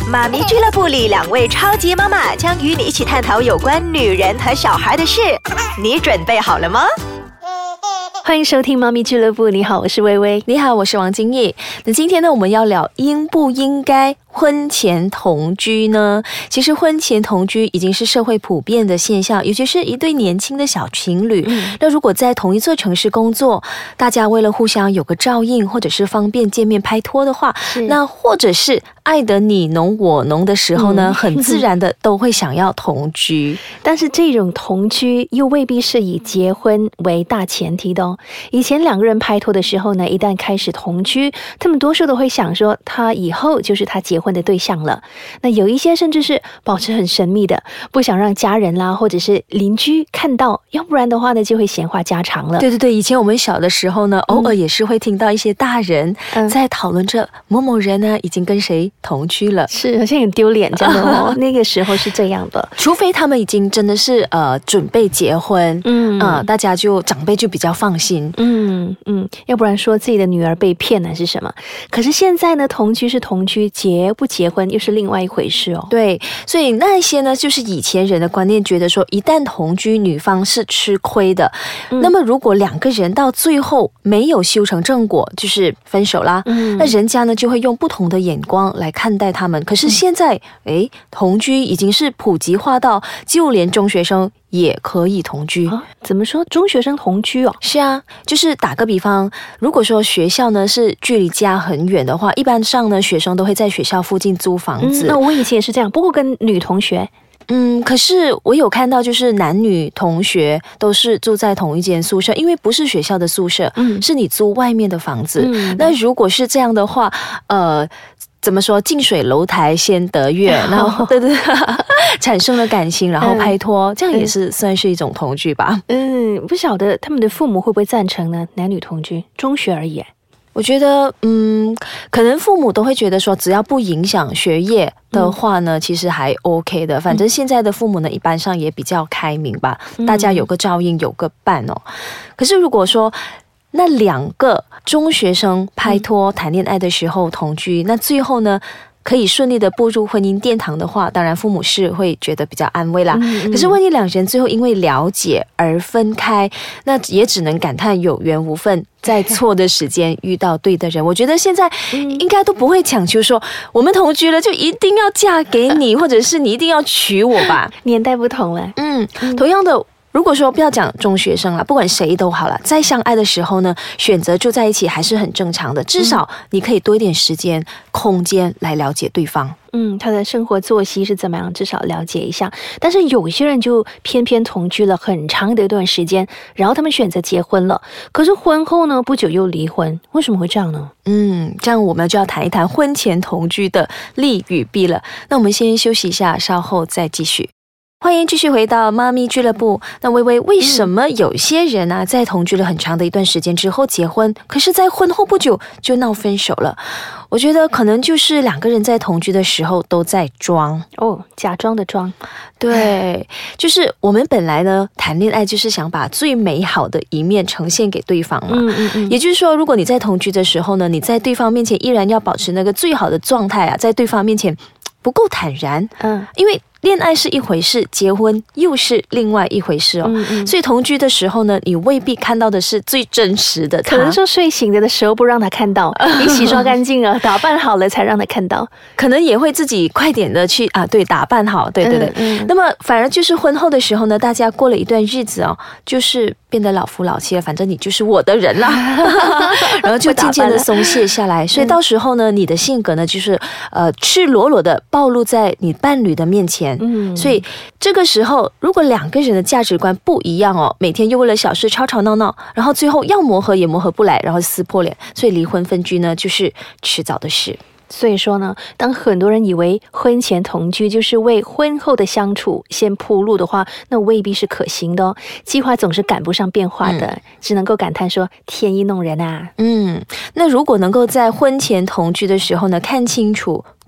妈咪俱乐部里2位超级妈妈将与你一起探讨有关女人和小孩的事，你准备好了吗？ 欢迎收听妈咪俱乐部，你好，我是薇薇。 你好，我是王金义。那今天呢，我们要聊应不应该婚前同居呢？其实婚前同居已经是社会普遍的现象，尤其是一对年轻的小情侣。那如果在同一座城市工作，大家为了互相有个照应，或者是方便见面拍拖的话，那或者是爱得你侬我侬的时候呢，很自然的都会想要同居。 但是这种同居又未必是以结婚为大前提的哦。以前2个人拍拖的时候呢，一旦开始同居，他们多数都会想说，他以后就是他结婚的对象了。那有一些甚至是保持很神秘的，不想让家人啦或者是邻居看到，要不然的话呢就会闲话家常了。 对对对，以前我们小的时候呢，偶尔也是会听到一些大人在讨论着某某人呢已经跟谁同居了， 是好像很丢脸这样的哦。那个时候是这样的， 除非他们已经真的是准备结婚，大家就长辈就比较放心， 要不然说自己的女儿被骗了是什么？可是现在呢，同居是同居，结不结婚又是另外一回事哦。 对，所以那些呢，就是以前人的观念，觉得说一旦同居，女方是吃亏的。那么如果2个人到最后没有修成正果，就是分手啦，那人家呢就会用不同的眼光来看待他们。可是现在，同居已经是普及化到，就连中学生也可以同居。 怎么说中学生同居哦？ 是啊，就是打个比方，如果说学校呢是距离家很远的话，一般上呢学生都会在学校附近租房子。 那我以前也是这样，不过跟女同学。 可是我有看到，就是男女同学都是住在同一间宿舍，因为不是学校的宿舍，是你租外面的房子。那如果是这样的话，怎么说？近水楼台先得月，然后对，产生了感情，然后拍拖，这样也是算是一种同居吧。 不晓得他们的父母会不会赞成呢？男女同居，中学而已。 我觉得，可能父母都会觉得说，只要不影响学业的话呢，其实还 OK 的。反正现在的父母呢，一般上也比较开明吧，大家有个照应，有个伴哦。可是如果说那2个中学生拍拖谈恋爱的时候同居，那最后呢可以顺利的步入婚姻殿堂的话，当然父母是会觉得比较安慰啦。可是万一2人最后因为了解而分开，那也只能感叹有缘无分，在错的时间遇到对的人。我觉得现在应该都不会强求说我们同居了就一定要嫁给你，或者是你一定要娶我吧。 年代不同了。 同样的，如果说不要讲中学生啦，不管谁都好了，在相爱的时候呢，选择住在一起还是很正常的，至少你可以多一点时间空间来了解对方。 他的生活作息是怎么样，至少了解一下。但是有些人就偏偏同居了很长的一段时间，然后他们选择结婚了，可是婚后呢不久又离婚，为什么会这样呢？ 这样我们就要谈一谈婚前同居的利与弊了。那我们先休息一下，稍后再继续。欢迎继续回到妈咪俱乐部。那薇薇，为什么有些人啊，在同居了很长的一段时间之后结婚，可是在婚后不久就闹分手了？我觉得可能就是2个人在同居的时候都在装假装的装。 对，就是我们本来呢谈恋爱就是想把最美好的一面呈现给对方嘛。也就是说，如果你在同居的时候呢，你在对方面前依然要保持那个最好的状态啊，在对方面前不够坦然。因为恋爱是一回事，结婚又是另外一回事哦。所以同居的时候呢，你未必看到的是最真实的他。 可能说睡醒的时候不让他看到，你洗刷干净了，打扮好了才让他看到。 可能也会自己快点的去打扮好，对。那么反而就是婚后的时候呢，大家过了一段日子哦，就是变得老夫老妻了，反正你就是我的人啦。然后就渐渐的松懈下来。所以到时候呢，你的性格呢，就是赤裸裸的暴露在你伴侣的面前。所以这个时候，如果2个人的价值观不一样哦，每天又为了小事吵吵闹闹，然后最后要磨合也磨合不来，然后撕破脸，所以离婚分居呢，就是迟早的事。 所以说呢，当很多人以为婚前同居就是为婚后的相处先铺路的话，那未必是可行的哦。计划总是赶不上变化的，只能够感叹说天意弄人啊。 那如果能够在婚前同居的时候呢，看清楚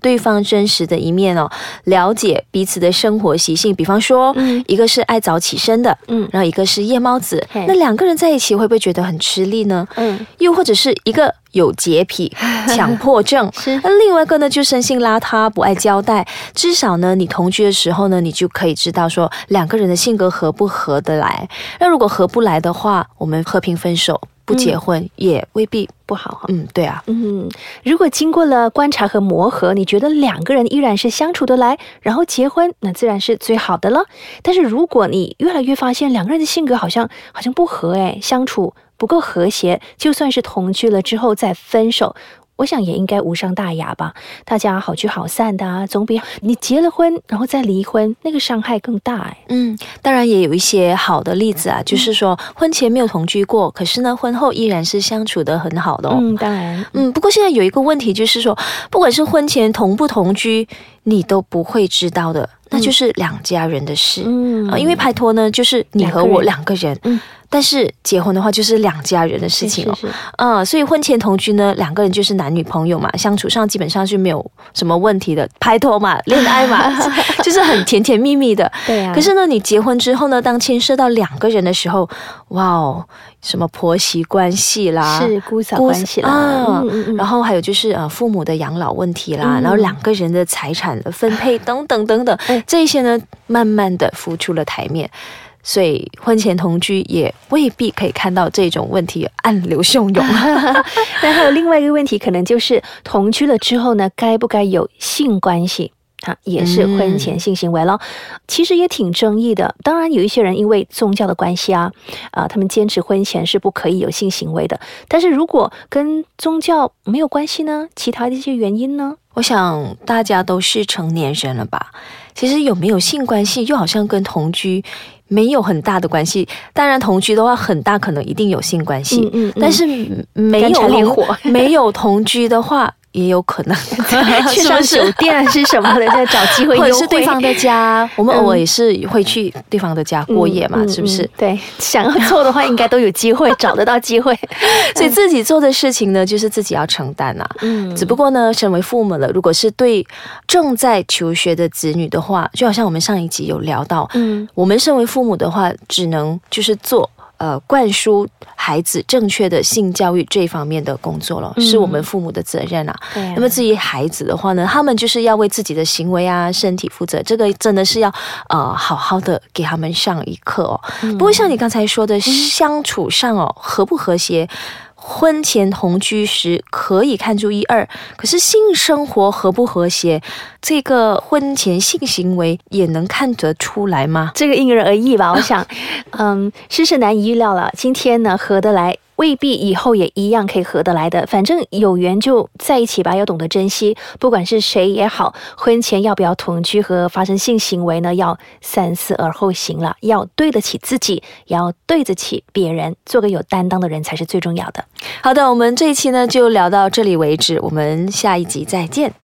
对方真实的一面哦，了解彼此的生活习性。比方说，一个是爱早起身的，然后一个是夜猫子，那两个人在一起会不会觉得很吃力呢？又或者是一个有洁癖、强迫症，那另外一个呢就生性邋遢、不爱交代。至少呢，你同居的时候呢，你就可以知道说两个人的性格合不合得来。那如果合不来的话，我们和平分手。不结婚也未必不好。 对啊。 如果经过了观察和磨合，你觉得两个人依然是相处得来，然后结婚，那自然是最好的了。但是如果你越来越发现两个人的性格好像不合，相处不够和谐，就算是同居了之后再分手，我想也应该无伤大雅吧，大家好聚好散的啊，总比你结了婚然后再离婚那个伤害更大。 当然也有一些好的例子啊，就是说婚前没有同居过，可是呢婚后依然是相处得很好的哦。 当然。 不过现在有一个问题就是说，不管是婚前同不同居，你都不会知道的，那就是两家人的事。因为拍拖呢就是你和我两个人。但是结婚的话就是两家人的事情哦。所以婚前同居呢，两个人就是男女朋友嘛，相处上基本上是没有什么问题的。拍拖嘛，恋爱嘛，就是很甜甜蜜蜜的。 对啊。 可是呢，你结婚之后呢，当牵涉到两个人的时候，哇哦，什么婆媳关系啦， 是姑嫂关系啦， 然后还有就是父母的养老问题啦，然后两个人的财产的分配等等等等，这一些呢，慢慢的浮出了台面。所以婚前同居也未必可以看到这种问题暗流汹涌。 那还有另外一个问题，可能就是同居了之后呢，该不该有性关系？也是婚前性行为了。其实也挺争议的。当然有一些人因为宗教的关系他们坚持婚前是不可以有性行为的。但是如果跟宗教没有关系呢？其他的一些原因呢？ 我想大家都是成年人了吧，其实有没有性关系又好像跟同居没有很大的关系。当然同居的话很大可能一定有性关系，但是没有同居的话也有可能去上酒店是什么的，在找机会优惠， 或者是对方的家，我们偶尔也是会去对方的家过夜嘛，是不是？ 对，想要做的话应该都有机会找得到机会。 所以自己做的事情呢，就是自己要承担啊。只不过呢，身为父母了，如果是对正在求学的子女的话，就好像我们上一集有聊到，我们身为父母的话，只能就是做灌输孩子正确的性教育这方面的工作了，是我们父母的责任啊。那么至于孩子的话呢，他们就是要为自己的行为身体负责，这个真的是要好好的给他们上一课哦。不过像你刚才说的，相处上和不和谐，婚前同居时可以看出一二，可是性生活和不和谐，这个婚前性行为也能看得出来吗？ 这个因人而异吧，我想世事难以预料了。今天呢合得来，未必以后也一样可以合得来的。反正有缘就在一起吧，要懂得珍惜。不管是谁也好，婚前要不要同居和发生性行为呢，要三思而后行了。要对得起自己，也要对得起别人，做个有担当的人才是最重要的。 好的，我们这一期呢就聊到这里为止，我们下一集再见。